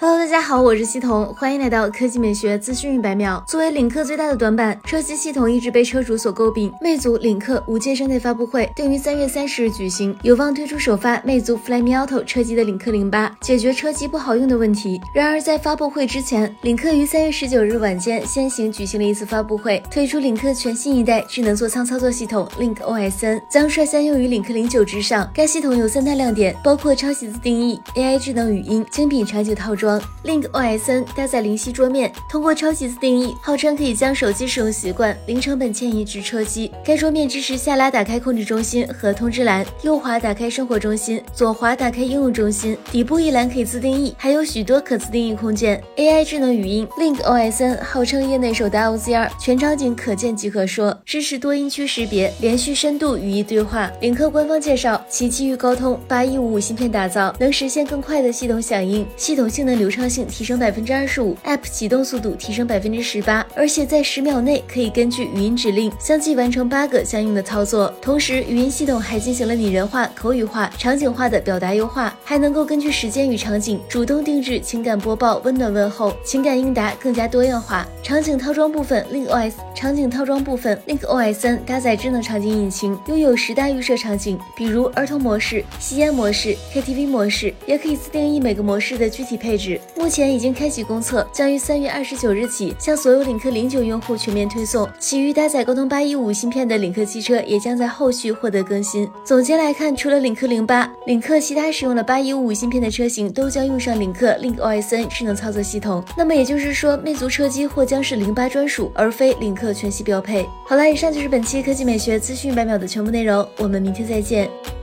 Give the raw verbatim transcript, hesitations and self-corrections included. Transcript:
Hello， 大家好，我是西彤，欢迎来到科技美学资讯一百秒。作为领克最大的短板，车机系统一直被车主所诟病。魅族领克无界生态发布会定于三月三十日举行，有望推出首发魅族 Flyme Auto 车机的领克零八，解决车机不好用的问题。然而在发布会之前，领克于三月十九日晚间先行举行了一次发布会，推出领克全新一代智能座舱操作系统 Link O S N， 将率先用于领克零九之上。该系统有三大亮点，包括超细自定义、A I 智能语音、精品场景套装。Link O S N 搭载灵犀桌面，通过超级自定义，号称可以将手机使用习惯零成本迁移至车机。该桌面支持下拉打开控制中心和通知栏，右滑打开生活中心，左滑打开应用中心，底部一栏可以自定义，还有许多可自定义空间。A I 智能语音 Link O S N 号称业内首搭 O Z R， 全场景可见即可说，支持多音区识别，连续深度语义对话。领克官方介绍，其基于高通八一五五芯片打造，能实现更快的系统响应，系统性能流畅性提升百分之二十五 ，App 启动速度提升百分之十八，而且在十秒内可以根据语音指令相继完成八个相应的操作。同时，语音系统还进行了拟人化、口语化、场景化的表达优化，还能够根据时间与场景主动定制情感播报、温暖问候、情感应答，更加多样化。场景套装部分 Link O S 场景套装部分 Link O S N 搭载智能场景引擎，拥有十大预设场景，比如儿童模式、吸烟模式、K T V 模式，也可以自定义每个模式的具体配置。目前已经开启公测，将于三月二十九日起向所有领克零九用户全面推送。其余搭载高通八一五五芯片的领克汽车也将在后续获得更新。总结来看，除了领克零八，领克其他使用了八一五五芯片的车型都将用上领克 Link O S N 智能操作系统。那么也就是说，魅族车机或将是零八专属，而非领克全系标配。好了，以上就是本期科技美学资讯一百秒的全部内容，我们明天再见。